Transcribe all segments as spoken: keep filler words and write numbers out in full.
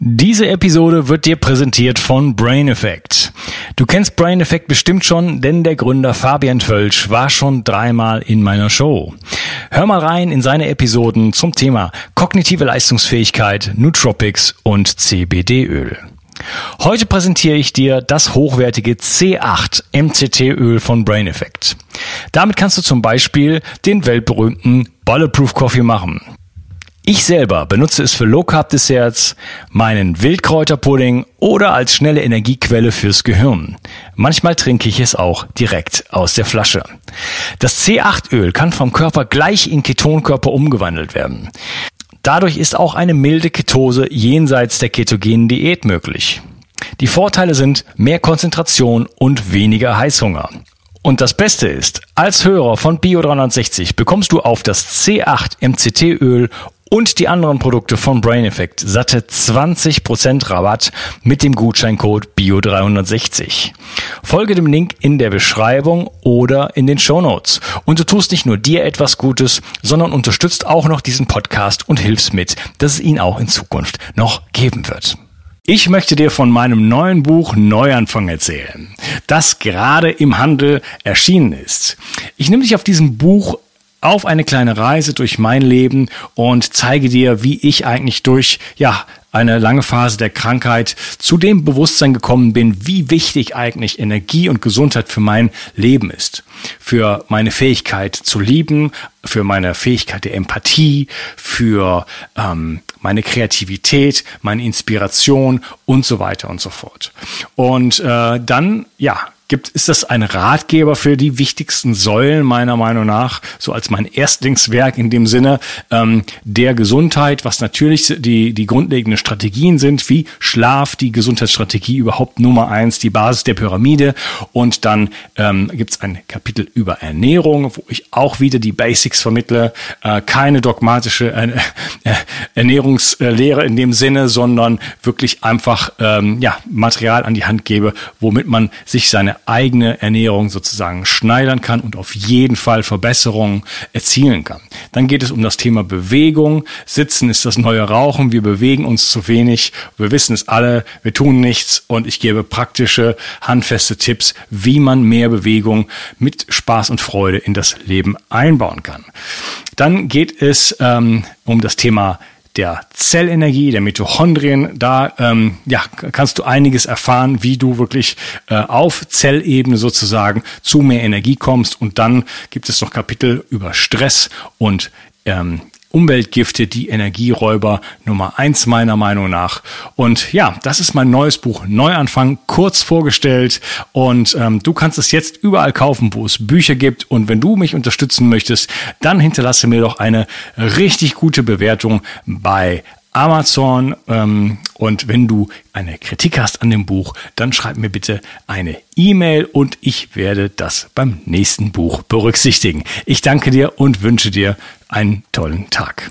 Diese Episode wird dir präsentiert von Brain Effect. Du kennst Brain Effect bestimmt schon, denn der Gründer Fabian Völsch war schon dreimal in meiner Show. Hör mal rein in seine Episoden zum Thema kognitive Leistungsfähigkeit, Nootropics und C B D-Öl. Heute präsentiere ich dir das hochwertige C acht M C T-Öl von Brain Effect. Damit kannst du zum Beispiel den weltberühmten Bulletproof Coffee machen. Ich selber benutze es für Low-Carb-Desserts, meinen Wildkräuterpudding oder als schnelle Energiequelle fürs Gehirn. Manchmal trinke ich es auch direkt aus der Flasche. Das C acht Öl kann vom Körper gleich in Ketonkörper umgewandelt werden. Dadurch ist auch eine milde Ketose jenseits der ketogenen Diät möglich. Die Vorteile sind mehr Konzentration und weniger Heißhunger. Und das Beste ist, als Hörer von Bio dreihundertsechzig bekommst du auf das C acht M C T-Öl und die anderen Produkte von Brain Effect satte zwanzig Prozent Rabatt mit dem Gutscheincode Bio dreihundertsechzig. Folge dem Link in der Beschreibung oder in den Shownotes. Und du tust nicht nur dir etwas Gutes, sondern unterstützt auch noch diesen Podcast und hilfst mit, dass es ihn auch in Zukunft noch geben wird. Ich möchte dir von meinem neuen Buch Neuanfang erzählen, das gerade im Handel erschienen ist. Ich nehme dich auf diesem Buch auf eine kleine Reise durch mein Leben und zeige dir, wie ich eigentlich durch, ja, eine lange Phase der Krankheit zu dem Bewusstsein gekommen bin, wie wichtig eigentlich Energie und Gesundheit für mein Leben ist. Für meine Fähigkeit zu lieben, für meine Fähigkeit der Empathie, für ähm, meine Kreativität, meine Inspiration und so weiter und so fort. Und äh, dann, ja, Gibt, ist das ein Ratgeber für die wichtigsten Säulen meiner Meinung nach, so als mein Erstlingswerk in dem Sinne ähm, der Gesundheit, was natürlich die die grundlegenden Strategien sind, wie Schlaf, die Gesundheitsstrategie überhaupt Nummer eins, die Basis der Pyramide. Und dann ähm, gibt es ein Kapitel über Ernährung, wo ich auch wieder die Basics vermittle, äh, keine dogmatische äh, äh, Ernährungslehre in dem Sinne, sondern wirklich einfach ähm, ja Material an die Hand gebe, womit man sich seine eigene Ernährung sozusagen schneidern kann und auf jeden Fall Verbesserungen erzielen kann. Dann geht es um das Thema Bewegung. Sitzen ist das neue Rauchen. Wir bewegen uns zu wenig. Wir wissen es alle. Wir tun nichts. Und ich gebe praktische, handfeste Tipps, wie man mehr Bewegung mit Spaß und Freude in das Leben einbauen kann. Dann geht es ähm, um das Thema der Zellenergie, der Mitochondrien. Da ähm, ja, kannst du einiges erfahren, wie du wirklich äh, auf Zellebene sozusagen zu mehr Energie kommst. Und dann gibt es noch Kapitel über Stress und ähm, Umweltgifte, die Energieräuber Nummer eins meiner Meinung nach. Und ja, das ist mein neues Buch Neuanfang, kurz vorgestellt. Und ähm, du kannst es jetzt überall kaufen, wo es Bücher gibt. Und wenn du mich unterstützen möchtest, dann hinterlasse mir doch eine richtig gute Bewertung bei Amazon. Ähm, und wenn du eine Kritik hast an dem Buch, dann schreib mir bitte eine E-Mail und ich werde das beim nächsten Buch berücksichtigen. Ich danke dir und wünsche dir einen tollen Tag.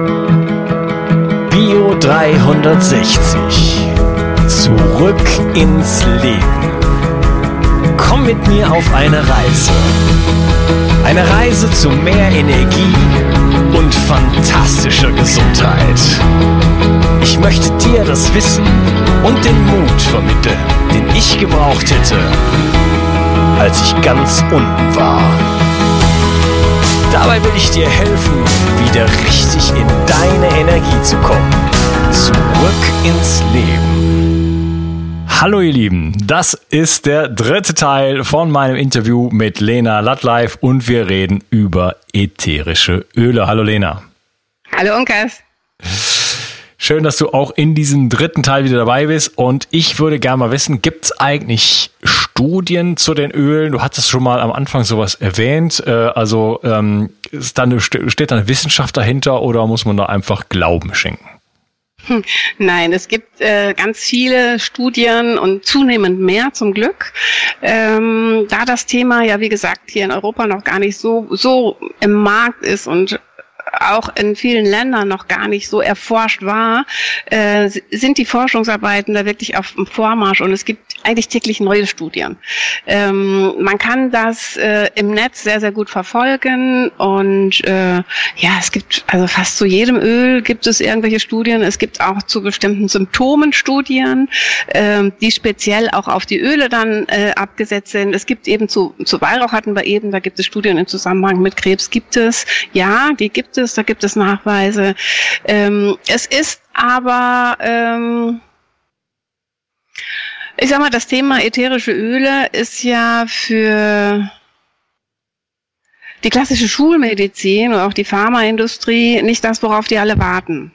Bio dreihundertsechzig. Zurück ins Leben. Komm mit mir auf eine Reise. Eine Reise zu mehr Energie und fantastischer Gesundheit. Ich möchte dir das Wissen und den Mut vermitteln, den ich gebraucht hätte, als ich ganz unten war. Dabei will ich dir helfen, wieder richtig in deine Energie zu kommen. Zurück ins Leben. Hallo ihr Lieben, das ist der dritte Teil von meinem Interview mit Lena Lattleif und wir reden über ätherische Öle. Hallo Lena. Hallo Unkas. Schön, dass du auch in diesem dritten Teil wieder dabei bist und ich würde gerne mal wissen, gibt es eigentlich Studien zu den Ölen? Du hattest schon mal am Anfang sowas erwähnt, also ähm, ist da eine, steht da eine Wissenschaft dahinter oder muss man da einfach Glauben schenken? Nein, es gibt äh, ganz viele Studien und zunehmend mehr zum Glück. Ähm, da das Thema ja, wie gesagt, hier in Europa noch gar nicht so so im Markt ist und auch in vielen Ländern noch gar nicht so erforscht war, äh, sind die Forschungsarbeiten da wirklich auf dem Vormarsch und es gibt eigentlich täglich neue Studien. Ähm, man kann das äh, im Netz sehr, sehr gut verfolgen und äh, ja, es gibt also fast zu jedem Öl gibt es irgendwelche Studien. Es gibt auch zu bestimmten Symptomen Studien, äh, die speziell auch auf die Öle dann äh, abgesetzt sind. Es gibt eben zu, zu Weihrauch hatten wir eben, da gibt es Studien im Zusammenhang mit Krebs, gibt es, ja, die gibt es, da gibt es Nachweise. Ähm, es ist aber, ähm, ich sag mal, das Thema ätherische Öle ist ja für die klassische Schulmedizin und auch die Pharmaindustrie nicht das, worauf die alle warten.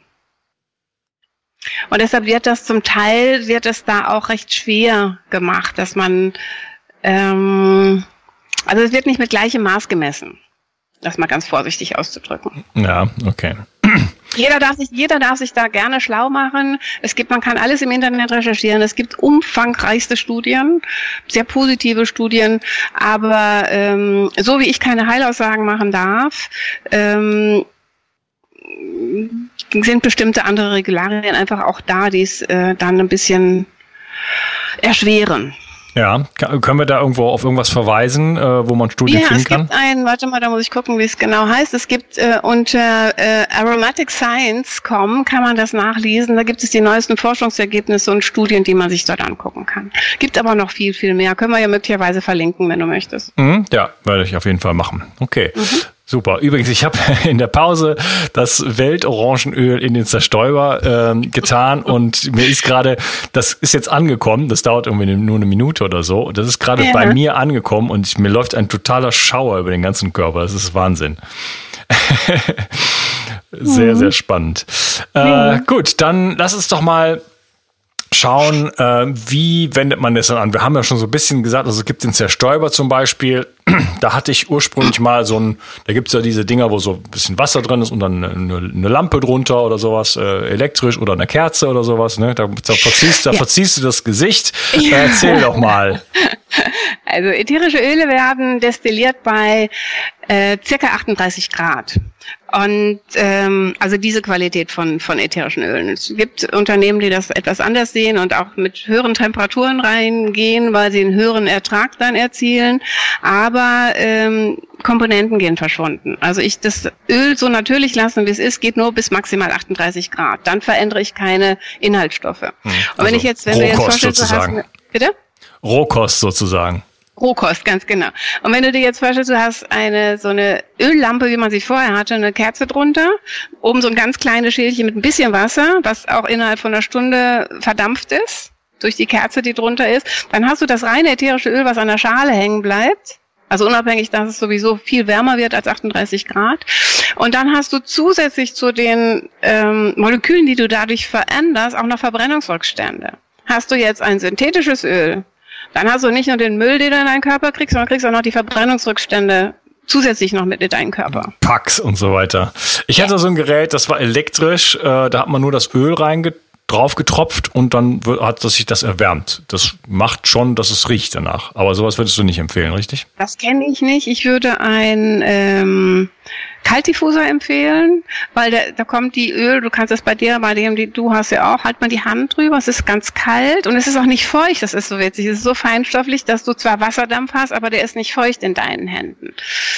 Und deshalb wird das zum Teil, wird es da auch recht schwer gemacht, dass man, ähm, also es wird nicht mit gleichem Maß gemessen. Das mal ganz vorsichtig auszudrücken. Ja, okay. Jeder darf sich, jeder darf sich da gerne schlau machen. Es gibt, man kann alles im Internet recherchieren. Es gibt umfangreichste Studien, sehr positive Studien. Aber ähm, so wie ich keine Heilaussagen machen darf, ähm, sind bestimmte andere Regularien einfach auch da, die es äh, dann ein bisschen erschweren. Ja, können wir da irgendwo auf irgendwas verweisen, äh, wo man Studien ja, finden kann? Ja, es gibt einen, warte mal, da muss ich gucken, wie es genau heißt. Es gibt äh, unter äh, aromatic science punkt com kann man das nachlesen. Da gibt es die neuesten Forschungsergebnisse und Studien, die man sich dort angucken kann. Gibt aber noch viel, viel mehr. Können wir ja möglicherweise verlinken, wenn du möchtest. Mhm, ja, werde ich auf jeden Fall machen. Okay. Mhm. Super. Übrigens, ich habe in der Pause das Weltorangenöl in den Zerstäuber ähm, getan und mir ist gerade, das ist jetzt angekommen, das dauert irgendwie nur eine Minute oder so, und das ist gerade ja. bei mir angekommen und mir läuft ein totaler Schauer über den ganzen Körper. Das ist Wahnsinn. Sehr, sehr spannend. Äh, mhm. Gut, dann lass uns doch mal schauen, äh, wie wendet man das dann an? Wir haben ja schon so ein bisschen gesagt, also es gibt den Zerstäuber zum Beispiel, da hatte ich ursprünglich mal so ein, da gibt's ja diese Dinger, wo so ein bisschen Wasser drin ist und dann eine, eine Lampe drunter oder sowas, äh, elektrisch oder eine Kerze oder sowas, ne? Da, da, verziehst, da ja. verziehst du das Gesicht. Ja. Äh, erzähl doch mal. Also ätherische Öle werden destilliert bei äh, circa achtunddreißig Grad. Und ähm, also diese Qualität von von ätherischen Ölen. Es gibt Unternehmen, die das etwas anders sehen und auch mit höheren Temperaturen reingehen, weil sie einen höheren Ertrag dann erzielen. Aber ähm, Komponenten gehen verschwunden. Also ich das Öl so natürlich lassen, wie es ist, geht nur bis maximal achtunddreißig Grad. Dann verändere ich keine Inhaltsstoffe. Hm, und wenn also ich jetzt, wenn Rohkost du jetzt vorstellst, sozusagen. du hast, bitte? Rohkost sozusagen. Rohkost, ganz genau. Und wenn du dir jetzt vorstellst, du hast eine so eine Öllampe, wie man sie vorher hatte, eine Kerze drunter, oben so ein ganz kleines Schälchen mit ein bisschen Wasser, was auch innerhalb von einer Stunde verdampft ist, durch die Kerze, die drunter ist, dann hast du das reine ätherische Öl, was an der Schale hängen bleibt. Also unabhängig, dass es sowieso viel wärmer wird als achtunddreißig Grad. Und dann hast du zusätzlich zu den ähm, Molekülen, die du dadurch veränderst, auch noch Verbrennungsrückstände. Hast du jetzt ein synthetisches Öl, dann hast du nicht nur den Müll, den du in deinen Körper kriegst, sondern kriegst auch noch die Verbrennungsrückstände zusätzlich noch mit in deinen Körper. Packs und so weiter. Ich hatte so ein Gerät, das war elektrisch, äh, da hat man nur das Öl reinge drauf getropft und dann hat sich das erwärmt. Das macht schon, dass es riecht danach. Aber sowas würdest du nicht empfehlen, richtig? Das kenne ich nicht. Ich würde ein ähm, Kaltdiffuser empfehlen, weil da, da kommt die Öl, du kannst es bei dir, bei dem, die du hast ja auch, halt mal die Hand drüber, es ist ganz kalt und es ist auch nicht feucht, das ist so witzig, es ist so feinstofflich, dass du zwar Wasserdampf hast, aber der ist nicht feucht in deinen Händen.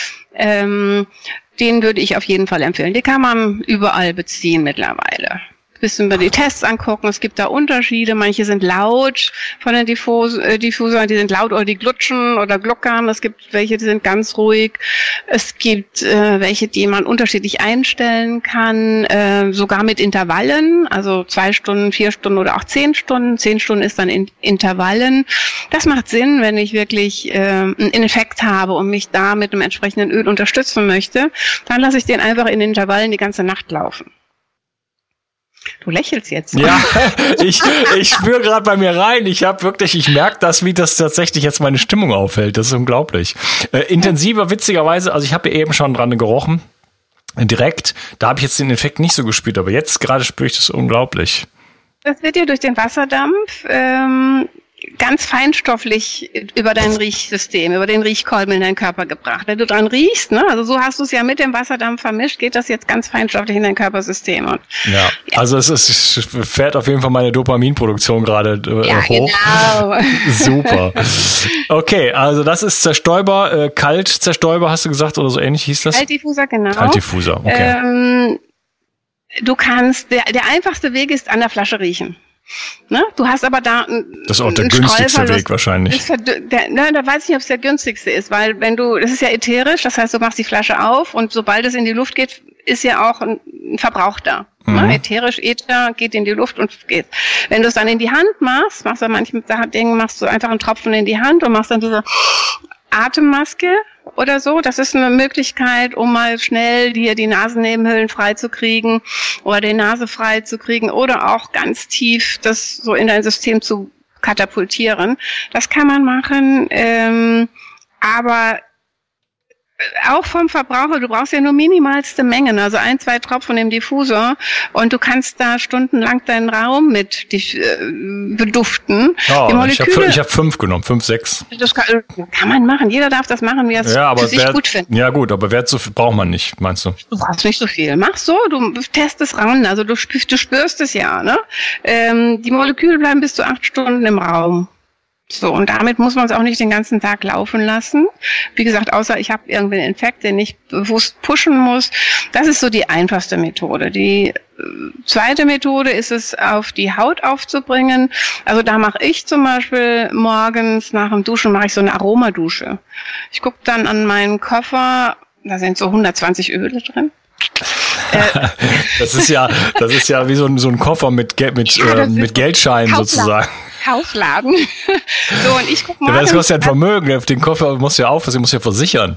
Ähm, den würde ich auf jeden Fall empfehlen. Den kann man überall beziehen mittlerweile. Bisschen über die Tests angucken. Es gibt da Unterschiede. Manche sind laut von den Diffus äh, Diffusern, die sind laut oder die glutschen oder gluckern. Es gibt welche, die sind ganz ruhig. Es gibt äh, welche, die man unterschiedlich einstellen kann, äh, sogar mit Intervallen, also zwei Stunden, vier Stunden oder auch zehn Stunden. Zehn Stunden ist dann in Intervallen. Das macht Sinn, wenn ich wirklich äh, einen Effekt habe und mich da mit einem entsprechenden Öl unterstützen möchte. Dann lasse ich den einfach in Intervallen die ganze Nacht laufen. Du lächelst jetzt. Ja, ich, ich spüre gerade bei mir rein. Ich habe wirklich, ich merke das, wie das tatsächlich jetzt meine Stimmung auffällt. Das ist unglaublich. Äh, intensiver, witzigerweise, also ich habe eben schon dran gerochen, direkt. Da habe ich jetzt den Effekt nicht so gespürt, aber jetzt gerade spüre ich das unglaublich. Das wird dir durch den Wasserdampf ähm, ganz feinstofflich über dein Riechsystem, über den Riechkolben in deinen Körper gebracht. Wenn du dran riechst, ne, also so hast du es ja mit dem Wasserdampf vermischt, geht das jetzt ganz feinstofflich in dein Körpersystem. Und, ja. ja, also es ist, es fährt auf jeden Fall meine Dopaminproduktion gerade äh, ja, hoch. Genau. Super. Okay, also das ist Zerstäuber, äh, Kaltzerstäuber hast du gesagt oder so ähnlich hieß das? Kaltdiffuser, genau. Kaltdiffuser, okay. Ähm, du kannst, der, der einfachste Weg ist an der Flasche riechen. Ne? Du hast aber da einen, das ist auch der günstigste Weg wahrscheinlich. Der, ne, da weiß ich nicht, ob es der günstigste ist, weil wenn du, das ist ja ätherisch, das heißt, du machst die Flasche auf und sobald es in die Luft geht, ist ja auch ein, ein Verbrauch da. Mhm. Ne? Ätherisch, Äther geht in die Luft und geht. Wenn du es dann in die Hand machst, machst du manchmal Dingen, machst du einfach einen Tropfen in die Hand und machst dann diese Atemmaske oder so. Das ist eine Möglichkeit, um mal schnell dir die Nasennebenhöhlen frei zu kriegen oder die Nase frei zu kriegen oder auch ganz tief das so in dein System zu katapultieren. Das kann man machen, ähm, aber auch vom Verbraucher, du brauchst ja nur minimalste Mengen, also ein, zwei Tropfen im Diffusor und du kannst da stundenlang deinen Raum mit dich, äh, beduften. Oh, die Moleküle, ich habe hab fünf genommen, fünf, sechs. Das kann, kann man machen, jeder darf das machen, wie er es ja, für sich Wert, gut findet. Ja gut, aber Wert so viel braucht man nicht, meinst du? Du brauchst nicht so viel. Mach so, du test es ran, also du, du spürst es ja. Ne? Ähm, die Moleküle bleiben bis zu acht Stunden im Raum. So, und damit muss man es auch nicht den ganzen Tag laufen lassen. Wie gesagt, außer ich habe irgendwie einen Infekt, den ich bewusst pushen muss. Das ist so die einfachste Methode. Die äh, zweite Methode ist es, auf die Haut aufzubringen. Also da mache ich zum Beispiel morgens nach dem Duschen mache ich so eine Aromadusche. Ich gucke dann an meinen Koffer, da sind so hundertzwanzig Öle drin. Das ist ja, das ist ja wie so ein, so ein Koffer mit, Gel- mit, ja, äh, mit Geldscheinen sozusagen. Kaufladen. So, und ich guck mal. Ja, das kostet ja ein Vermögen. Auf den Koffer musst du ja aufpassen, den musst du ja versichern.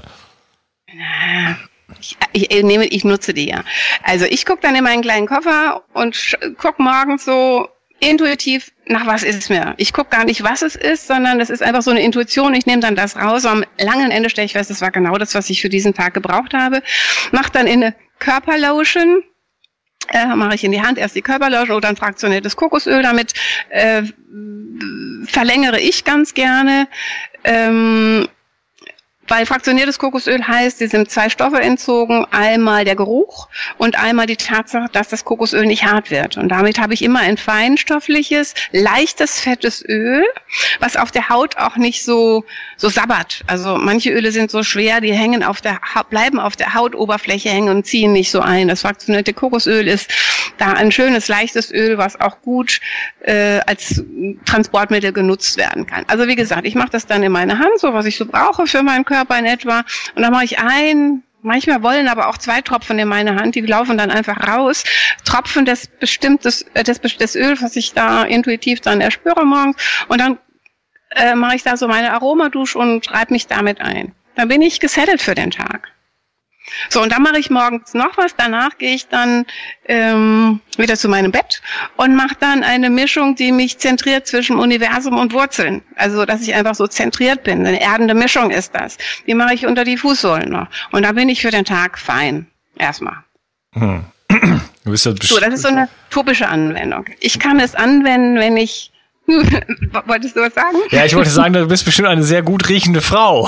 Ich, ich, nehme, ich nutze die ja. Also ich gucke dann in meinen kleinen Koffer und sch- guck morgens so intuitiv, nach was ist es mir. Ich gucke gar nicht, was es ist, sondern das ist einfach so eine Intuition. Ich nehme dann das raus. Am langen Ende stelle ich fest, das war genau das, was ich für diesen Tag gebraucht habe. Mach dann in eine Körperlotion. Äh, mache ich in die Hand erst die Körperlotion oder ein fraktioniertes Kokosöl. Damit äh, verlängere ich ganz gerne. Ähm, Weil fraktioniertes Kokosöl heißt, es sind zwei Stoffe entzogen, einmal der Geruch und einmal die Tatsache, dass das Kokosöl nicht hart wird. Und damit habe ich immer ein feinstoffliches, leichtes, fettes Öl, was auf der Haut auch nicht so so sabbert. Also manche Öle sind so schwer, die hängen auf der bleiben auf der Hautoberfläche hängen und ziehen nicht so ein. Das fraktionierte Kokosöl ist da ein schönes, leichtes Öl, was auch gut äh, als Transportmittel genutzt werden kann. Also wie gesagt, ich mache das dann in meine Hand, so was ich so brauche für meinen Körper in etwa. Und dann mache ich ein, manchmal wollen aber auch zwei Tropfen in meine Hand, die laufen dann einfach raus. Tropfen des bestimmtes, äh, des, des Öl, was ich da intuitiv dann erspüre morgens. Und dann äh, mache ich da so meine Aromadusche und reibe mich damit ein. Dann bin ich gesettelt für den Tag. So, und dann mache ich morgens noch was. Danach gehe ich dann ähm, wieder zu meinem Bett und mache dann eine Mischung, die mich zentriert zwischen Universum und Wurzeln. Also, dass ich einfach so zentriert bin. Eine erdende Mischung ist das. Die mache ich unter die Fußsohlen noch. Und dann bin ich für den Tag fein. Erstmal. Hm. Du bist ja so, das ist so eine topische Anwendung. Ich kann es anwenden, wenn ich... Wolltest du was sagen? Ja, ich wollte sagen, du bist bestimmt eine sehr gut riechende Frau.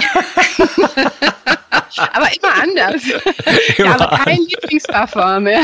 Aber immer anders. Immer ja, aber kein Lieblingsparfum mehr.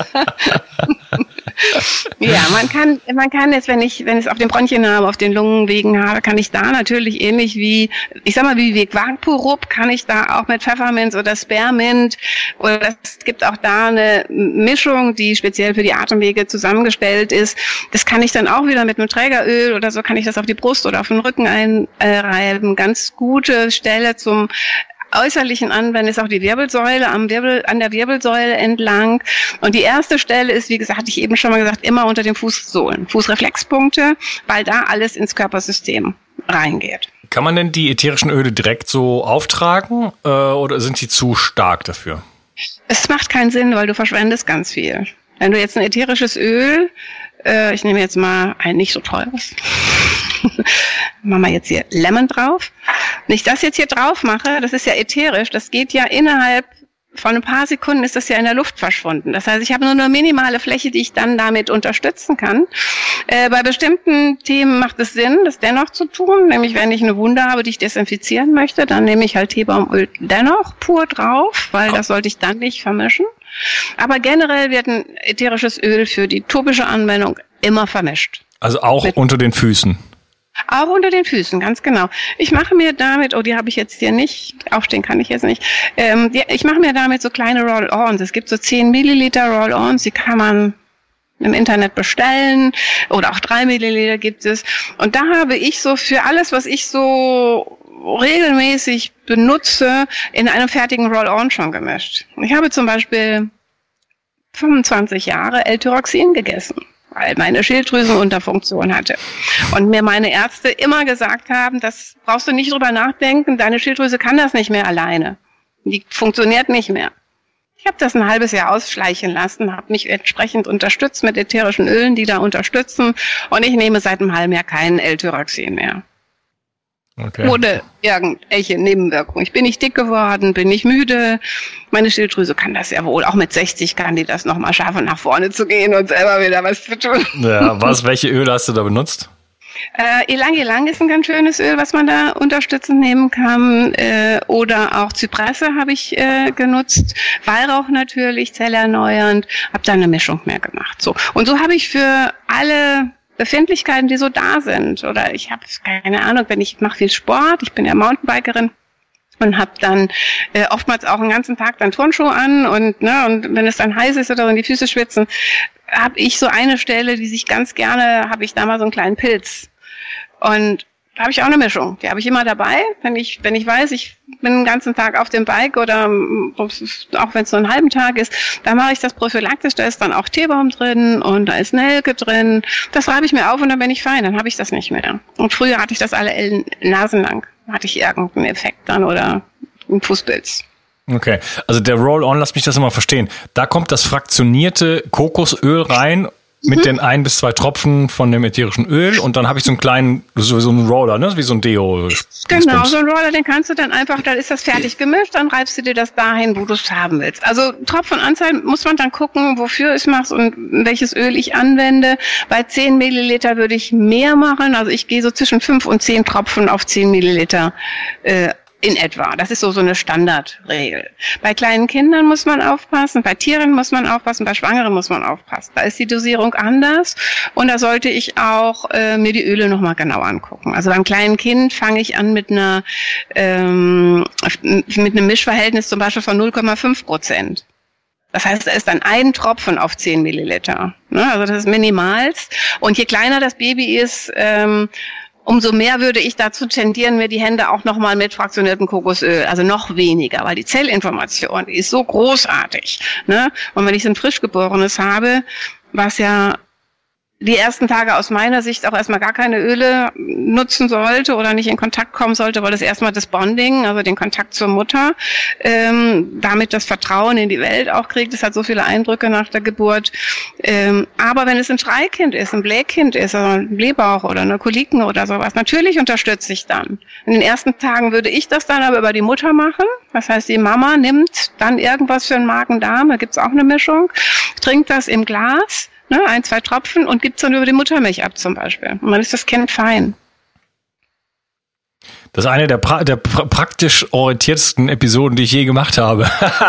Ja, man kann, man kann jetzt, wenn ich, wenn ich es auf den Bronchien habe, auf den Lungenwegen habe, kann ich da natürlich ähnlich wie, ich sag mal, wie wie Vaporup, kann ich da auch mit Pfefferminz oder Spearmint, oder es gibt auch da eine Mischung, die speziell für die Atemwege zusammengestellt ist. Das kann ich dann auch wieder mit einem Trägeröl oder so, kann ich das auf die Brust oder auf den Rücken einreiben. Ganz gute Stelle zum äußerlichen Anwenden ist auch die Wirbelsäule, am Wirbel, an der Wirbelsäule entlang. Und die erste Stelle ist, wie gesagt, hatte ich eben schon mal gesagt, immer unter den Fußsohlen. Fußreflexpunkte, weil da alles ins Körpersystem reingeht. Kann man denn die ätherischen Öle direkt so auftragen äh, oder sind die zu stark dafür? Es macht keinen Sinn, weil du verschwendest ganz viel. Wenn du jetzt ein ätherisches Öl, äh, ich nehme jetzt mal ein nicht so teures, machen wir jetzt hier Lemon drauf. Wenn ich das jetzt hier drauf mache, das ist ja ätherisch, das geht ja innerhalb von ein paar Sekunden ist das ja in der Luft verschwunden. Das heißt, ich habe nur eine minimale Fläche, die ich dann damit unterstützen kann. Äh, bei bestimmten Themen macht es Sinn, das dennoch zu tun. Nämlich, wenn ich eine Wunde habe, die ich desinfizieren möchte, dann nehme ich halt Teebaumöl dennoch pur drauf, weil das sollte ich dann nicht vermischen. Aber generell wird ein ätherisches Öl für die topische Anwendung immer vermischt. Also auch Mit unter den Füßen? Auch unter den Füßen, ganz genau. Ich mache mir damit, oh, die habe ich jetzt hier nicht, aufstehen kann ich jetzt nicht, ähm, die, ich mache mir damit so kleine Roll-Ons. Es gibt so zehn Milliliter Roll-Ons, die kann man im Internet bestellen oder auch drei Milliliter gibt es. Und da habe ich so für alles, was ich so regelmäßig benutze, in einem fertigen Roll-On schon gemischt. Ich habe zum Beispiel fünfundzwanzig Jahre L-Tyroxin gegessen, weil meine Schilddrüsenunterfunktion hatte. Und mir meine Ärzte immer gesagt haben, das brauchst du nicht drüber nachdenken, deine Schilddrüse kann das nicht mehr alleine. Die funktioniert nicht mehr. Ich habe das ein halbes Jahr ausschleichen lassen, habe mich entsprechend unterstützt mit ätherischen Ölen, die da unterstützen. Und ich nehme seit einem halben Jahr keinen L-Tyroxin mehr. Okay. Ohne irgendwelche Nebenwirkungen. Ich bin nicht dick geworden, bin nicht müde. Meine Schilddrüse kann das ja wohl. Auch mit sechzig kann die das nochmal schaffen, nach vorne zu gehen und selber wieder was zu tun. Ja, was, welche Öle hast du da benutzt? Äh, Ylang Ylang ist ein ganz schönes Öl, was man da unterstützend nehmen kann. Äh, oder auch Zypresse habe ich äh, genutzt. Weihrauch natürlich, zellerneuernd. Habe da eine Mischung mehr gemacht. So. Und so habe ich für alle Befindlichkeiten, die so da sind. Oder ich habe keine Ahnung, wenn ich mache viel Sport, ich bin ja Mountainbikerin und habe dann äh, oftmals auch den ganzen Tag dann Turnschuhe an und ne und wenn es dann heiß ist oder so und die Füße schwitzen, habe ich so eine Stelle, die sich ganz gerne, habe ich da mal so einen kleinen Pilz. Und da habe ich auch eine Mischung. Die habe ich immer dabei, wenn ich wenn ich weiß, ich bin den ganzen Tag auf dem Bike oder auch wenn es so einen halben Tag ist, dann mache ich das prophylaktisch. Da ist dann auch Teebaum drin und da ist Nelke drin. Das reibe ich mir auf und dann bin ich fein. Dann habe ich das nicht mehr. Und früher hatte ich das alle Nasen lang. Da hatte ich irgendeinen Effekt dann oder einen Fußpilz. Okay, also der Roll-On, lass mich das immer verstehen. Da kommt das fraktionierte Kokosöl rein mit mhm. den ein bis zwei Tropfen von dem ätherischen Öl und dann habe ich so einen kleinen, so, so einen Roller, ne, wie so ein Deo. Genau, so ein Roller, den kannst du dann einfach, dann ist das fertig gemischt, dann reibst du dir das dahin, wo du es haben willst. Also Tropfenanzahl muss man dann gucken, wofür ich mache und welches Öl ich anwende. Bei zehn Milliliter würde ich mehr machen, also ich gehe so zwischen fünf und zehn Tropfen auf zehn Milliliter äh, in etwa. Das ist so so eine Standardregel. Bei kleinen Kindern muss man aufpassen, bei Tieren muss man aufpassen, bei Schwangeren muss man aufpassen. Da ist die Dosierung anders und da sollte ich auch äh, mir die Öle nochmal genau angucken. Also beim kleinen Kind fange ich an mit einer ähm, mit einem Mischverhältnis zum Beispiel von null Komma fünf Prozent. Das heißt, da ist dann ein Tropfen auf zehn Milliliter. Ne? Also das ist minimalst. Und je kleiner das Baby ist, ähm, umso mehr würde ich dazu tendieren, mir die Hände auch nochmal mit fraktioniertem Kokosöl, also noch weniger, weil die Zellinformation, die ist so großartig. Ne? Und wenn ich so ein Frischgeborenes habe, was ja die ersten Tage aus meiner Sicht auch erstmal gar keine Öle nutzen sollte oder nicht in Kontakt kommen sollte, weil das erstmal das Bonding, also den Kontakt zur Mutter, ähm, damit das Vertrauen in die Welt auch kriegt. Es hat so viele Eindrücke nach der Geburt. Ähm, aber wenn es ein Schreikind ist, ein Blähkind ist, also ein Blähbauch oder eine Koliken oder sowas, natürlich unterstütze ich dann. In den ersten Tagen würde ich das dann aber über die Mutter machen. Das heißt, die Mama nimmt dann irgendwas für einen Magen-Darm, da gibt's auch eine Mischung, trinkt das im Glas, ne, ein, zwei Tropfen und gibt's dann über die Muttermilch ab zum Beispiel. Und dann ist das Kind fein. Das ist eine der, pra- der pra- praktisch orientiertesten Episoden, die ich je gemacht habe.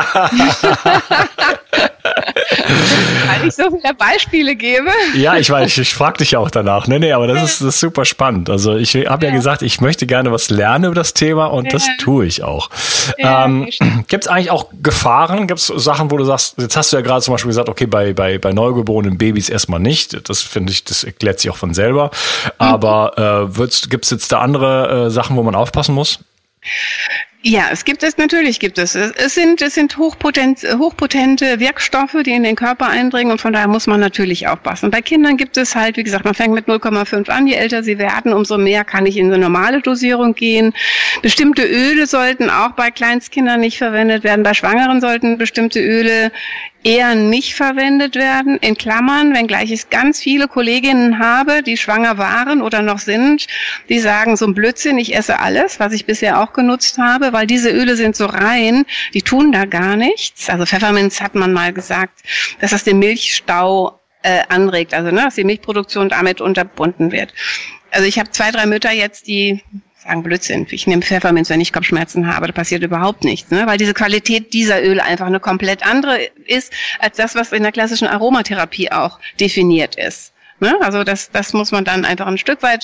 Weil ich so viele Beispiele gebe. Ja, ich weiß, ich, ich frage dich ja auch danach. Nee, nee, aber das ist, das ist super spannend. Also ich habe ja. ja gesagt, ich möchte gerne was lernen über das Thema und ja. das tue ich auch. Ja, ähm, gibt es eigentlich auch Gefahren? Gibt es Sachen, wo du sagst, jetzt hast du ja gerade zum Beispiel gesagt, okay, bei, bei, bei neugeborenen Babys erstmal nicht. Das finde ich, das erklärt sich auch von selber. Aber äh, gibt es jetzt da andere äh, Sachen, wo man aufpassen muss? Ja, es gibt es, natürlich gibt es. Es sind, es sind hochpotent, hochpotente Wirkstoffe, die in den Körper eindringen und von daher muss man natürlich aufpassen. Bei Kindern gibt es halt, wie gesagt, man fängt mit null Komma fünf an, je älter sie werden, umso mehr kann ich in eine normale Dosierung gehen. Bestimmte Öle sollten auch bei Kleinstkindern nicht verwendet werden. Bei Schwangeren sollten bestimmte Öle eher nicht verwendet werden, in Klammern, wenngleich ich ganz viele Kolleginnen habe, die schwanger waren oder noch sind, die sagen, so ein Blödsinn, ich esse alles, was ich bisher auch genutzt habe, habe, weil diese Öle sind so rein, die tun da gar nichts. Also Pfefferminz hat man mal gesagt, dass das den Milchstau äh, anregt, also ne, dass die Milchproduktion damit unterbunden wird. Also ich habe zwei, drei Mütter jetzt, die sagen Blödsinn, ich nehme Pfefferminz, wenn ich Kopfschmerzen habe, da passiert überhaupt nichts, ne? Weil diese Qualität dieser Öle einfach eine komplett andere ist, als das, was in der klassischen Aromatherapie auch definiert ist. Ne? Also das, das muss man dann einfach ein Stück weit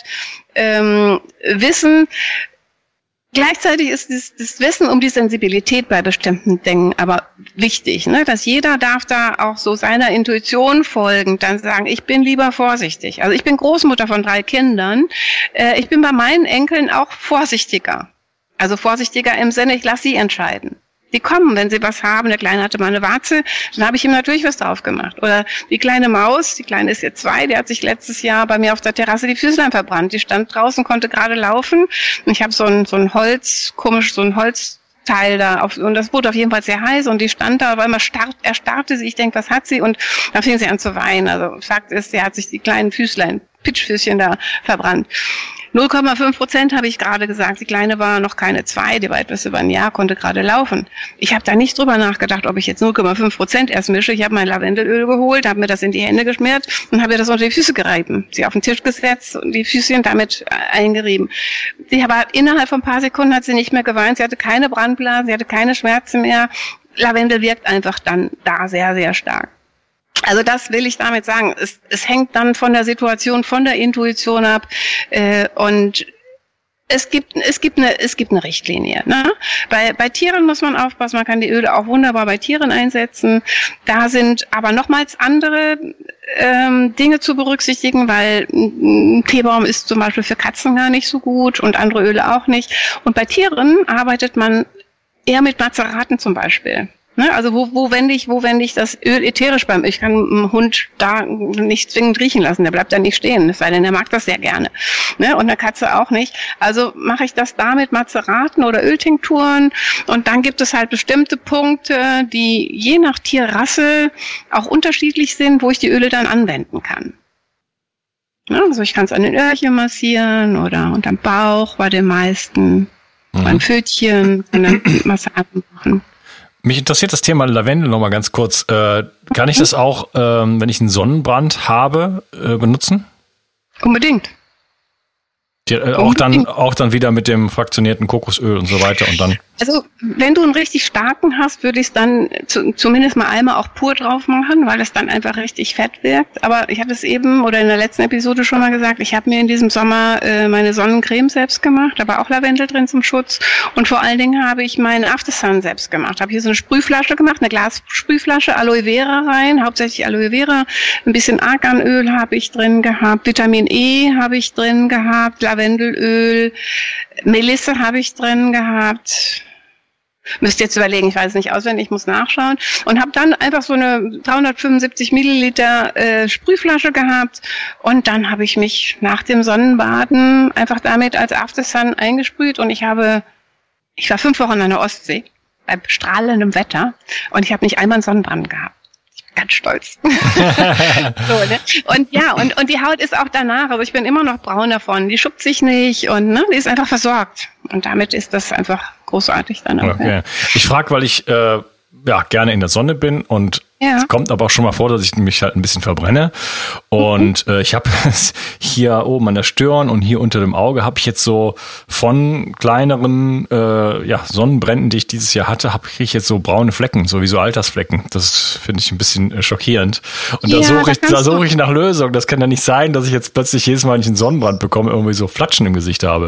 ähm, wissen. Gleichzeitig ist das, das Wissen um die Sensibilität bei bestimmten Dingen aber wichtig, ne? Dass jeder darf da auch so seiner Intuition folgen, dann sagen, ich bin lieber vorsichtig. Also ich bin Großmutter von drei Kindern. Äh, ich bin bei meinen Enkeln auch vorsichtiger. Also vorsichtiger im Sinne, ich lasse sie entscheiden. Die kommen, wenn sie was haben. Der Kleine hatte mal eine Warze, dann habe ich ihm natürlich was drauf gemacht. Oder die kleine Maus, die Kleine ist jetzt zwei, die hat sich letztes Jahr bei mir auf der Terrasse die Füßlein verbrannt. Die stand draußen, konnte gerade laufen. Und ich habe so ein, so ein Holz, komisch, so ein Holzteil da. Auf, und das wurde auf jeden Fall sehr heiß. Und die stand da, aber immer starrt, erstarrte sie. Ich denke, was hat sie? Und dann fing sie an zu weinen. Also Fakt ist, sie hat sich die kleinen Füßlein, Pitschfüßchen da verbrannt. null Komma fünf Prozent habe ich gerade gesagt. Die Kleine war noch keine zwei, die war etwas über ein Jahr, konnte gerade laufen. Ich habe da nicht drüber nachgedacht, ob ich jetzt null Komma fünf Prozent erst mische. Ich habe mein Lavendelöl geholt, habe mir das in die Hände geschmiert und habe ihr das unter die Füße gerieben. Sie auf den Tisch gesetzt und die Füßchen damit eingerieben. Sie aber innerhalb von ein paar Sekunden hat sie nicht mehr geweint. Sie hatte keine Brandblasen, sie hatte keine Schmerzen mehr. Lavendel wirkt einfach dann da sehr, sehr stark. Also das will ich damit sagen. Es, es hängt dann von der Situation, von der Intuition ab äh, und es gibt es gibt eine es gibt eine Richtlinie. Ne? Bei bei Tieren muss man aufpassen. Man kann die Öle auch wunderbar bei Tieren einsetzen. Da sind aber nochmals andere ähm, Dinge zu berücksichtigen, weil ein Teebaum ist zum Beispiel für Katzen gar nicht so gut und andere Öle auch nicht. Und bei Tieren arbeitet man eher mit Mazeraten zum Beispiel. Ne, also wo, wo wende ich, wo wende ich das Öl ätherisch beim? Ich kann einen Hund da nicht zwingend riechen lassen, der bleibt da nicht stehen, es sei denn, der mag das sehr gerne. Ne, und eine Katze auch nicht. Also mache ich das da mit Mazeraten oder Öltinkturen und dann gibt es halt bestimmte Punkte, die je nach Tierrasse auch unterschiedlich sind, wo ich die Öle dann anwenden kann. Ne, also ich kann es an den Öhrchen massieren oder unterm Bauch bei den meisten, mhm. beim Pfötchen, und dann Massagen machen. Mich interessiert das Thema Lavendel noch mal ganz kurz. Äh, kann ich das auch, ähm, wenn ich einen Sonnenbrand habe, äh, benutzen? Unbedingt. Die, äh, auch dann, auch dann wieder mit dem fraktionierten Kokosöl und so weiter und dann. Also, wenn du einen richtig starken hast, würde ich es dann zu, zumindest mal einmal auch pur drauf machen, weil es dann einfach richtig fett wirkt. Aber ich hatte es eben oder in der letzten Episode schon mal gesagt, ich habe mir in diesem Sommer äh, meine Sonnencreme selbst gemacht, da war auch Lavendel drin zum Schutz. Und vor allen Dingen habe ich meine Aftersun selbst gemacht. Habe hier so eine Sprühflasche gemacht, eine Glassprühflasche, Aloe Vera rein, hauptsächlich Aloe Vera, ein bisschen Arganöl habe ich drin gehabt, Vitamin E habe ich drin gehabt, Lavendelöl, Melisse habe ich drin gehabt. Müsst jetzt überlegen, ich weiß es nicht auswendig, ich muss nachschauen. Und habe dann einfach so eine dreihundertfünfundsiebzig Milliliter äh, Sprühflasche gehabt. Und dann habe ich mich nach dem Sonnenbaden einfach damit als Aftersun eingesprüht. Und ich habe, ich war fünf Wochen an der Ostsee bei strahlendem Wetter. Und ich habe nicht einmal einen Sonnenbrand gehabt. Ganz stolz. so, ne? Und ja, und, und die Haut ist auch danach, also ich bin immer noch braun davon, die schuppt sich nicht und ne, die ist einfach versorgt. Und damit ist das einfach großartig dann auch. Okay. Ja. Ich frage, weil ich äh, ja gerne in der Sonne bin und ja. Es kommt aber auch schon mal vor, dass ich mich halt ein bisschen verbrenne. Und mhm. äh, ich habe hier oben an der Stirn und hier unter dem Auge habe ich jetzt so von kleineren äh, ja, Sonnenbränden, die ich dieses Jahr hatte, habe ich jetzt so braune Flecken, so wie so Altersflecken. Das finde ich ein bisschen äh, schockierend. Und ja, da suche ich, da suche ich nach Lösung. Das kann ja nicht sein, dass ich jetzt plötzlich jedes Mal, wenn ich einen Sonnenbrand bekomme, irgendwie so Flatschen im Gesicht habe.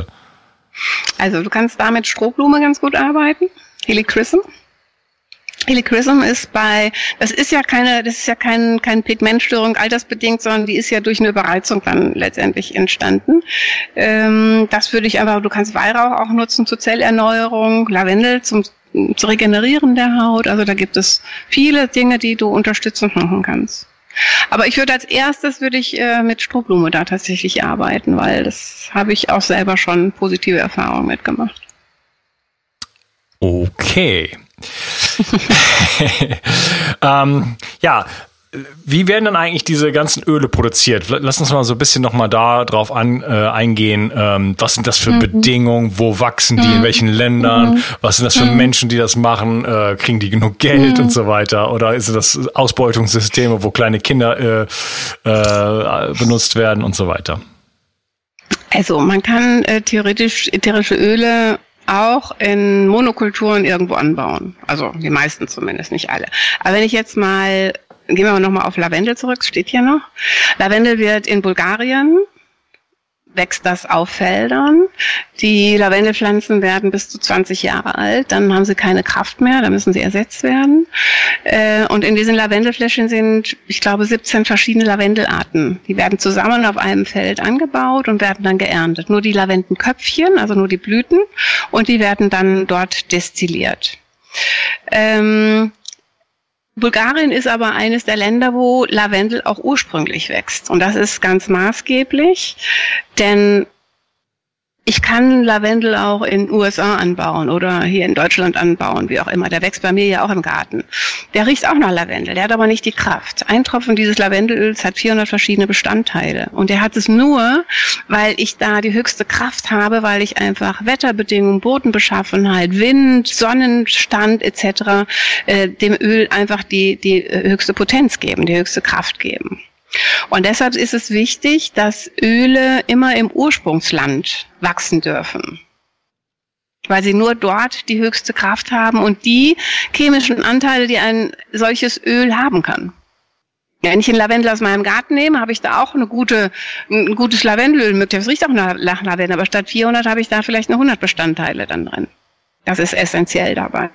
Also du kannst da mit Strohblume ganz gut arbeiten. Helichrysum. Helichrysum ist bei, das ist ja keine, das ist ja kein, kein Pigmentstörung altersbedingt, sondern die ist ja durch eine Überreizung dann letztendlich entstanden. Ähm, das würde ich einfach, du kannst Weihrauch auch nutzen zur Zellerneuerung, Lavendel zum, zu Regenerieren der Haut. Also da gibt es viele Dinge, die du unterstützend machen kannst. Aber ich würde als erstes würde ich äh, mit Strohblume da tatsächlich arbeiten, weil das habe ich auch selber schon positive Erfahrungen mitgemacht. Okay. ähm, ja, wie werden dann eigentlich diese ganzen Öle produziert? Lass uns mal so ein bisschen nochmal da drauf an, äh, eingehen. Ähm, was sind das für mhm. Bedingungen? Wo wachsen die? In welchen Ländern? Mhm. Was sind das für mhm. Menschen, die das machen? Äh, kriegen die genug Geld mhm. und so weiter? Oder ist das Ausbeutungssysteme, wo kleine Kinder äh, äh, benutzt werden und so weiter? Also man kann äh, theoretisch ätherische Öle auch in Monokulturen irgendwo anbauen. Also die meisten zumindest, nicht alle. Aber wenn ich jetzt mal Gehen wir nochmal auf Lavendel zurück, steht hier noch. Lavendel wird in Bulgarien, wächst das auf Feldern. Die Lavendelpflanzen werden bis zu zwanzig Jahre alt, dann haben sie keine Kraft mehr, dann müssen sie ersetzt werden. Und in diesen Lavendelfläschchen sind, ich glaube, siebzehn verschiedene Lavendelarten. Die werden zusammen auf einem Feld angebaut und werden dann geerntet. Nur die Lavendenköpfchen, also nur die Blüten, und die werden dann dort destilliert. Ähm, Bulgarien ist aber eines der Länder, wo Lavendel auch ursprünglich wächst. Und das ist ganz maßgeblich, denn ich kann Lavendel auch in den U S A anbauen oder hier in Deutschland anbauen, wie auch immer. Der wächst bei mir ja auch im Garten. Der riecht auch nach Lavendel, der hat aber nicht die Kraft. Ein Tropfen dieses Lavendelöls hat vierhundert verschiedene Bestandteile. Und der hat es nur, weil ich da die höchste Kraft habe, weil ich einfach Wetterbedingungen, Bodenbeschaffenheit, Wind, Sonnenstand et cetera äh, dem Öl einfach die, die höchste Potenz geben, die höchste Kraft geben. Und deshalb ist es wichtig, dass Öle immer im Ursprungsland wachsen dürfen, weil sie nur dort die höchste Kraft haben und die chemischen Anteile, die ein solches Öl haben kann. Wenn ich einen Lavendel aus meinem Garten nehme, habe ich da auch eine gute, ein gutes Lavendelöl. Das riecht auch nach Lavendel, aber statt vierhundert habe ich da vielleicht eine hundert Bestandteile dann drin. Das ist essentiell dabei.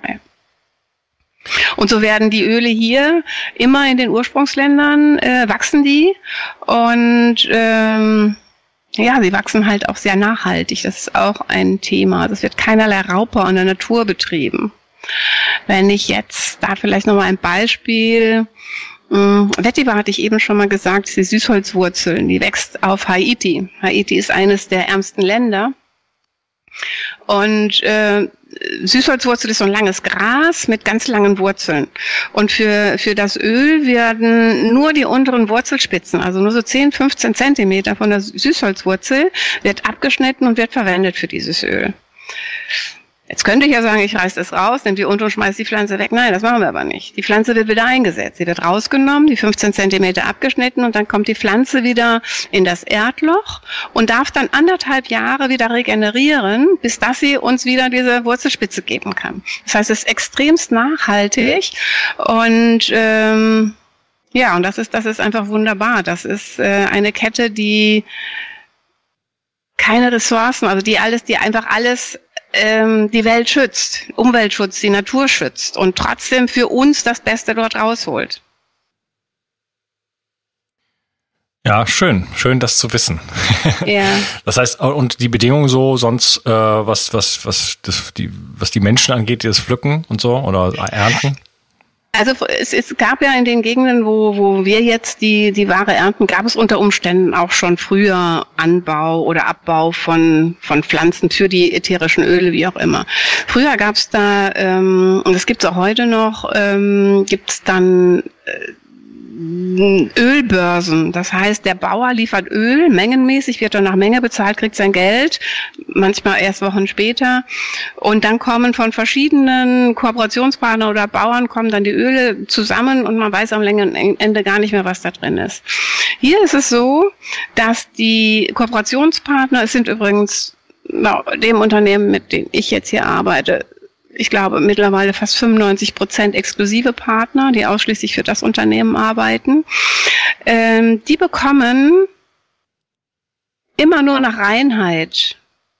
Und so werden die Öle hier immer in den Ursprungsländern, äh, wachsen die und ähm, ja, sie wachsen halt auch sehr nachhaltig. Das ist auch ein Thema. Also es wird keinerlei Raubbau in der Natur betrieben. Wenn ich jetzt, da vielleicht nochmal ein Beispiel, mh, Vetiver hatte ich eben schon mal gesagt, die Süßholzwurzeln, die wächst auf Haiti. Haiti ist eines der ärmsten Länder. Und äh, Süßholzwurzel ist so ein langes Gras mit ganz langen Wurzeln. Und für für das Öl werden nur die unteren Wurzelspitzen, also nur so zehn, fünfzehn Zentimeter von der Süßholzwurzel, wird abgeschnitten und wird verwendet für dieses Öl. Jetzt könnte ich ja sagen, ich reiß das raus, nehme die unten und schmeiß die Pflanze weg. Nein, das machen wir aber nicht. Die Pflanze wird wieder eingesetzt. Sie wird rausgenommen, die fünfzehn Zentimeter abgeschnitten und dann kommt die Pflanze wieder in das Erdloch und darf dann anderthalb Jahre wieder regenerieren, bis dass sie uns wieder diese Wurzelspitze geben kann. Das heißt, es ist extremst nachhaltig und ähm, ja, und das ist das ist einfach wunderbar. Das ist äh, eine Kette, die keine Ressourcen, also die alles, die einfach alles die Welt schützt, Umweltschutz, die Natur schützt und trotzdem für uns das Beste dort rausholt. Ja, schön, schön das zu wissen. Ja. Das heißt, und die Bedingungen so, sonst äh, was was was das, die was die Menschen angeht, die das pflücken und so oder ernten? Also es, es gab ja in den Gegenden, wo, wo wir jetzt die, die Ware ernten, gab es unter Umständen auch schon früher Anbau oder Abbau von, von Pflanzen für die ätherischen Öle, wie auch immer. Früher gab es da, ähm, und das gibt es auch heute noch, ähm, gibt es dann äh, Ölbörsen. Das heißt, der Bauer liefert Öl, mengenmäßig wird er nach Menge bezahlt, kriegt sein Geld, manchmal erst Wochen später. Und dann kommen von verschiedenen Kooperationspartnern oder Bauern kommen dann die Öle zusammen und man weiß am Ende gar nicht mehr, was da drin ist. Hier ist es so, dass die Kooperationspartner, es sind übrigens na, dem Unternehmen, mit dem ich jetzt hier arbeite, ich glaube, mittlerweile fast fünfundneunzig Prozent exklusive Partner, die ausschließlich für das Unternehmen arbeiten. Ähm, die bekommen immer nur nach Reinheit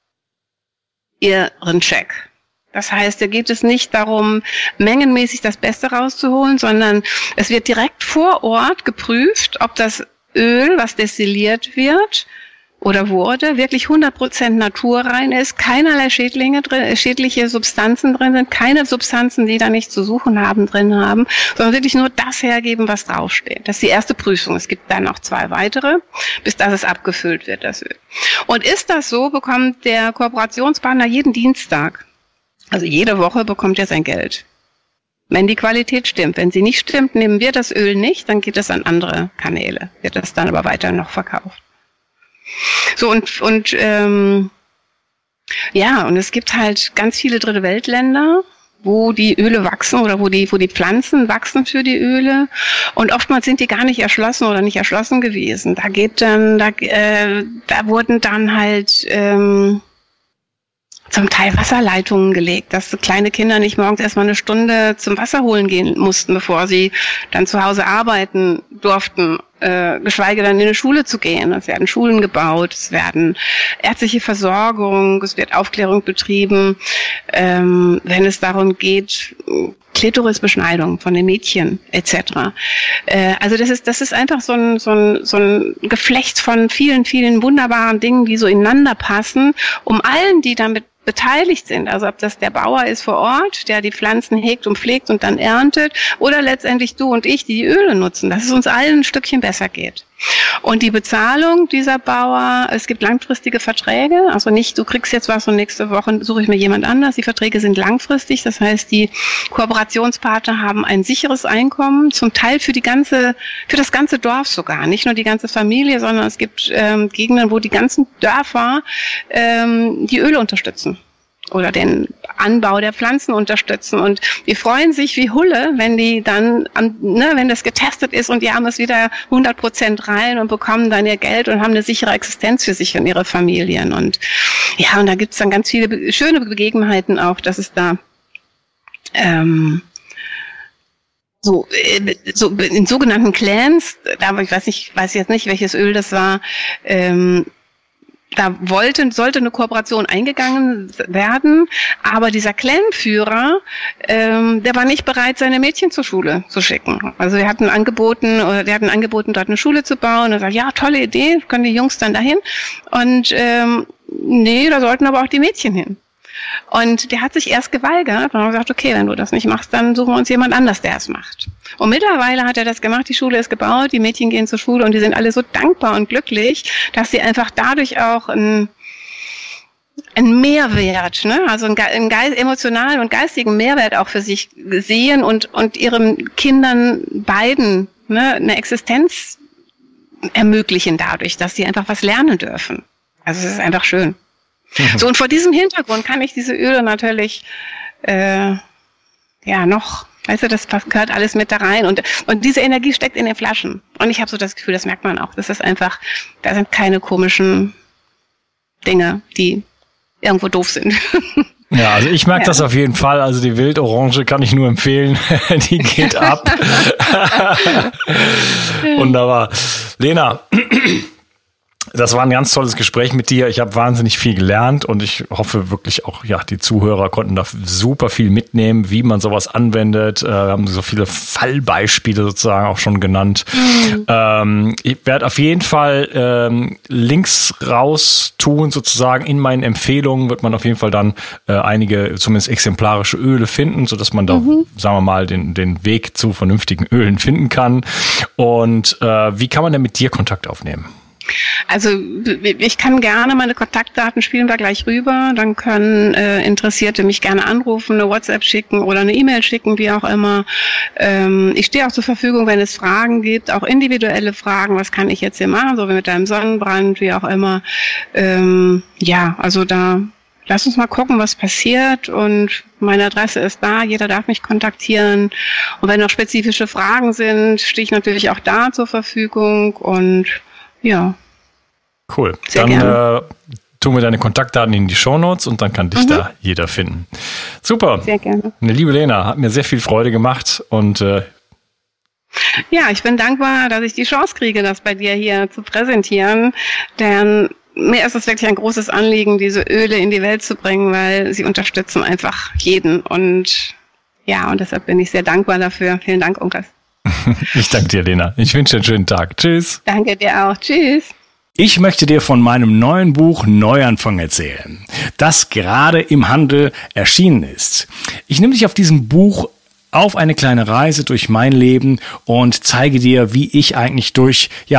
ihren Check. Das heißt, da geht es nicht darum, mengenmäßig das Beste rauszuholen, sondern es wird direkt vor Ort geprüft, ob das Öl, was destilliert wird, oder wurde, wirklich hundert Prozent naturrein ist, keinerlei Schädlinge drin, schädliche Substanzen drin sind, keine Substanzen, die da nicht zu suchen haben, drin haben, sondern wirklich nur das hergeben, was draufsteht. Das ist die erste Prüfung. Es gibt dann noch zwei weitere, bis das es abgefüllt wird, das Öl. Und ist das so, bekommt der Kooperationspartner jeden Dienstag, also jede Woche bekommt er sein Geld. Wenn die Qualität stimmt. Wenn sie nicht stimmt, nehmen wir das Öl nicht, dann geht es an andere Kanäle, wird das dann aber weiter noch verkauft. So und, und ähm, ja, und es gibt halt ganz viele Dritte Weltländer, wo die Öle wachsen oder wo die, wo die Pflanzen wachsen für die Öle. Und oftmals sind die gar nicht erschlossen oder nicht erschlossen gewesen. Da geht dann, da, äh, da wurden dann halt ähm, zum Teil Wasserleitungen gelegt, dass kleine Kinder nicht morgens erstmal eine Stunde zum Wasser holen gehen mussten, bevor sie dann zu Hause arbeiten durften, äh, geschweige denn in eine Schule zu gehen. Es werden Schulen gebaut, es werden ärztliche Versorgung, es wird Aufklärung betrieben, ähm, wenn es darum geht, Klitorisbeschneidung von den Mädchen et cetera. Äh, also das ist das ist einfach so ein so ein so ein Geflecht von vielen vielen wunderbaren Dingen, die so ineinander passen, um allen, die damit beteiligt sind, also ob das der Bauer ist vor Ort, der die Pflanzen hegt und pflegt und dann erntet, oder letztendlich du und ich, die die Öle nutzen, dass es uns allen ein Stückchen besser geht. Und die Bezahlung dieser Bauer, es gibt langfristige Verträge, also nicht, du kriegst jetzt was und nächste Woche suche ich mir jemand anders. Die Verträge sind langfristig, das heißt, die Kooperationspartner haben ein sicheres Einkommen, zum Teil für die ganze, für das ganze Dorf sogar, nicht nur die ganze Familie, sondern es gibt ähm, Gegenden, wo die ganzen Dörfer ähm, die Öle unterstützen oder den Anbau der Pflanzen unterstützen. Und die freuen sich wie Hulle, wenn die dann, ne, wenn das getestet ist und die haben es wieder hundert Prozent rein und bekommen dann ihr Geld und haben eine sichere Existenz für sich und ihre Familien. Und ja, und da gibt's dann ganz viele be- schöne Begebenheiten auch, dass es da ähm, so, äh, so in sogenannten Clans, da ich weiß nicht, weiß jetzt nicht, welches Öl das war, ähm, da wollte, sollte eine Kooperation eingegangen werden, aber dieser Clanführer, ähm, der war nicht bereit, seine Mädchen zur Schule zu schicken. Also wir hatten angeboten, oder wir hatten angeboten, dort eine Schule zu bauen. Und er sagt, ja, tolle Idee, können die Jungs dann dahin? Und ähm, nee, da sollten aber auch die Mädchen hin. Und der hat sich erst geweigert und hat gesagt, okay, wenn du das nicht machst, dann suchen wir uns jemand anders, der es macht. Und mittlerweile hat er das gemacht, die Schule ist gebaut, die Mädchen gehen zur Schule und die sind alle so dankbar und glücklich, dass sie einfach dadurch auch ein, ein Mehrwert, ne, also einen, einen geist, emotionalen und geistigen Mehrwert auch für sich sehen und, und ihren Kindern beiden, ne, eine Existenz ermöglichen dadurch, dass sie einfach was lernen dürfen. Also es ist einfach schön. So, und vor diesem Hintergrund kann ich diese Öle natürlich, äh, ja, noch, weißt du, das gehört alles mit da rein. Und, und diese Energie steckt in den Flaschen. Und ich habe so das Gefühl, das merkt man auch. Das ist einfach, da sind keine komischen Dinge, die irgendwo doof sind. Ja, also ich merke ja. das auf jeden Fall. Also die Wildorange kann ich nur empfehlen. Die geht ab. Wunderbar. Lena, das war ein ganz tolles Gespräch mit dir. Ich habe wahnsinnig viel gelernt und ich hoffe wirklich auch, ja, die Zuhörer konnten da super viel mitnehmen, wie man sowas anwendet. Wir haben so viele Fallbeispiele sozusagen auch schon genannt. Mhm. Ähm, ich werde auf jeden Fall ähm, Links raus tun sozusagen. In meinen Empfehlungen wird man auf jeden Fall dann äh, einige zumindest exemplarische Öle finden, sodass man da, mhm. sagen wir mal, den, den Weg zu vernünftigen Ölen finden kann. Und äh, wie kann man denn mit dir Kontakt aufnehmen? Also ich kann gerne meine Kontaktdaten spielen wir gleich rüber, dann können äh, Interessierte mich gerne anrufen, eine WhatsApp schicken oder eine E-Mail schicken, wie auch immer. Ähm, ich stehe auch zur Verfügung, wenn es Fragen gibt, auch individuelle Fragen, was kann ich jetzt hier machen, so wie mit deinem Sonnenbrand, wie auch immer. Ähm, ja, also da lass uns mal gucken, was passiert und meine Adresse ist da, jeder darf mich kontaktieren und wenn noch spezifische Fragen sind, stehe ich natürlich auch da zur Verfügung und ja. Cool. Sehr dann äh, tun wir deine Kontaktdaten in die Shownotes und dann kann dich mhm. da jeder finden. Super. Sehr gerne. Eine liebe Lena, hat mir sehr viel Freude gemacht und äh, ja, ich bin dankbar, dass ich die Chance kriege, das bei dir hier zu präsentieren, denn mir ist es wirklich ein großes Anliegen, diese Öle in die Welt zu bringen, weil sie unterstützen einfach jeden und ja, und deshalb bin ich sehr dankbar dafür. Vielen Dank, Unkas. Ich danke dir, Lena. Ich wünsche dir einen schönen Tag. Tschüss. Danke dir auch. Tschüss. Ich möchte dir von meinem neuen Buch Neuanfang erzählen, das gerade im Handel erschienen ist. Ich nehme dich auf diesem Buch auf eine kleine Reise durch mein Leben und zeige dir, wie ich eigentlich durch, ja,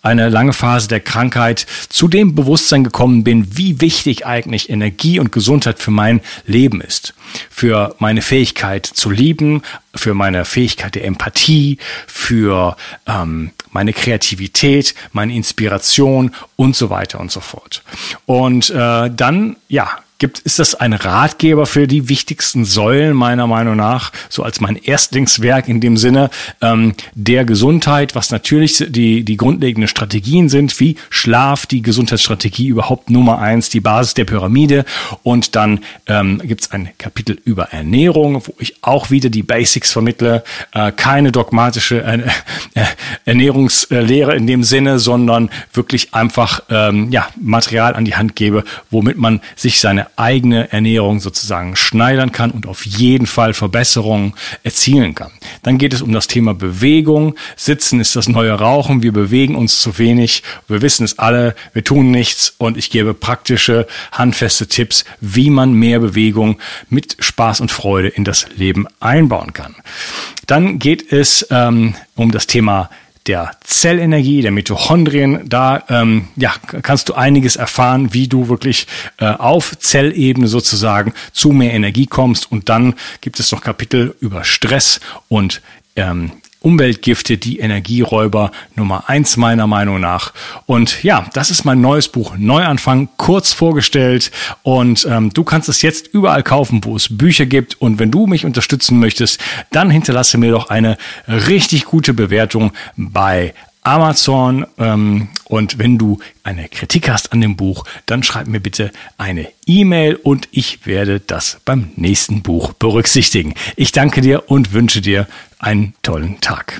eine lange Phase der Krankheit zu dem Bewusstsein gekommen bin, wie wichtig eigentlich Energie und Gesundheit für mein Leben ist. Für meine Fähigkeit zu lieben, für meine Fähigkeit der Empathie, für ähm, meine Kreativität, meine Inspiration und so weiter und so fort. Und äh, dann, ja, Gibt, ist das ein Ratgeber für die wichtigsten Säulen meiner Meinung nach, so als mein Erstlingswerk in dem Sinne ähm, der Gesundheit, was natürlich die, die grundlegenden Strategien sind, wie Schlaf, die Gesundheitsstrategie überhaupt Nummer eins, die Basis der Pyramide. Und dann ähm, gibt es ein Kapitel über Ernährung, wo ich auch wieder die Basics vermittle, äh, keine dogmatische äh, äh, Ernährungslehre in dem Sinne, sondern wirklich einfach ähm, ja, Material an die Hand gebe, womit man sich seine eigene Ernährung sozusagen schneidern kann und auf jeden Fall Verbesserungen erzielen kann. Dann geht es um das Thema Bewegung. Sitzen ist das neue Rauchen. Wir bewegen uns zu wenig. Wir wissen es alle. Wir tun nichts. Und ich gebe praktische, handfeste Tipps, wie man mehr Bewegung mit Spaß und Freude in das Leben einbauen kann. Dann geht es ähm, um das Thema der Zellenergie, der Mitochondrien. Da ähm, ja, kannst du einiges erfahren, wie du wirklich äh, auf Zellebene sozusagen zu mehr Energie kommst. Und dann gibt es noch Kapitel über Stress und ähm, Umweltgifte, die Energieräuber Nummer eins meiner Meinung nach. Und ja, das ist mein neues Buch Neuanfang, kurz vorgestellt. Und ähm, du kannst es jetzt überall kaufen, wo es Bücher gibt. Und wenn du mich unterstützen möchtest, dann hinterlasse mir doch eine richtig gute Bewertung bei Amazon. Ähm, und wenn du eine Kritik hast an dem Buch, dann schreib mir bitte eine E-Mail und ich werde das beim nächsten Buch berücksichtigen. Ich danke dir und wünsche dir einen tollen Tag.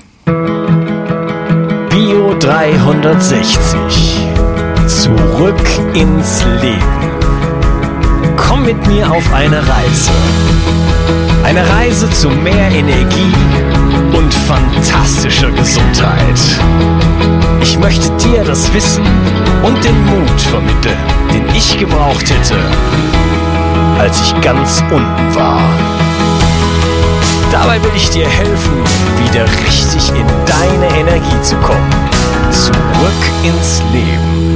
Bio dreihundertsechzig. Zurück ins Leben. Komm mit mir auf eine Reise. Eine Reise zu mehr Energie und fantastischer Gesundheit. Ich möchte dir das Wissen und den Mut vermitteln, den ich gebraucht hätte, als ich ganz unten war. Dabei will ich dir helfen, wieder richtig in deine Energie zu kommen. Zurück ins Leben.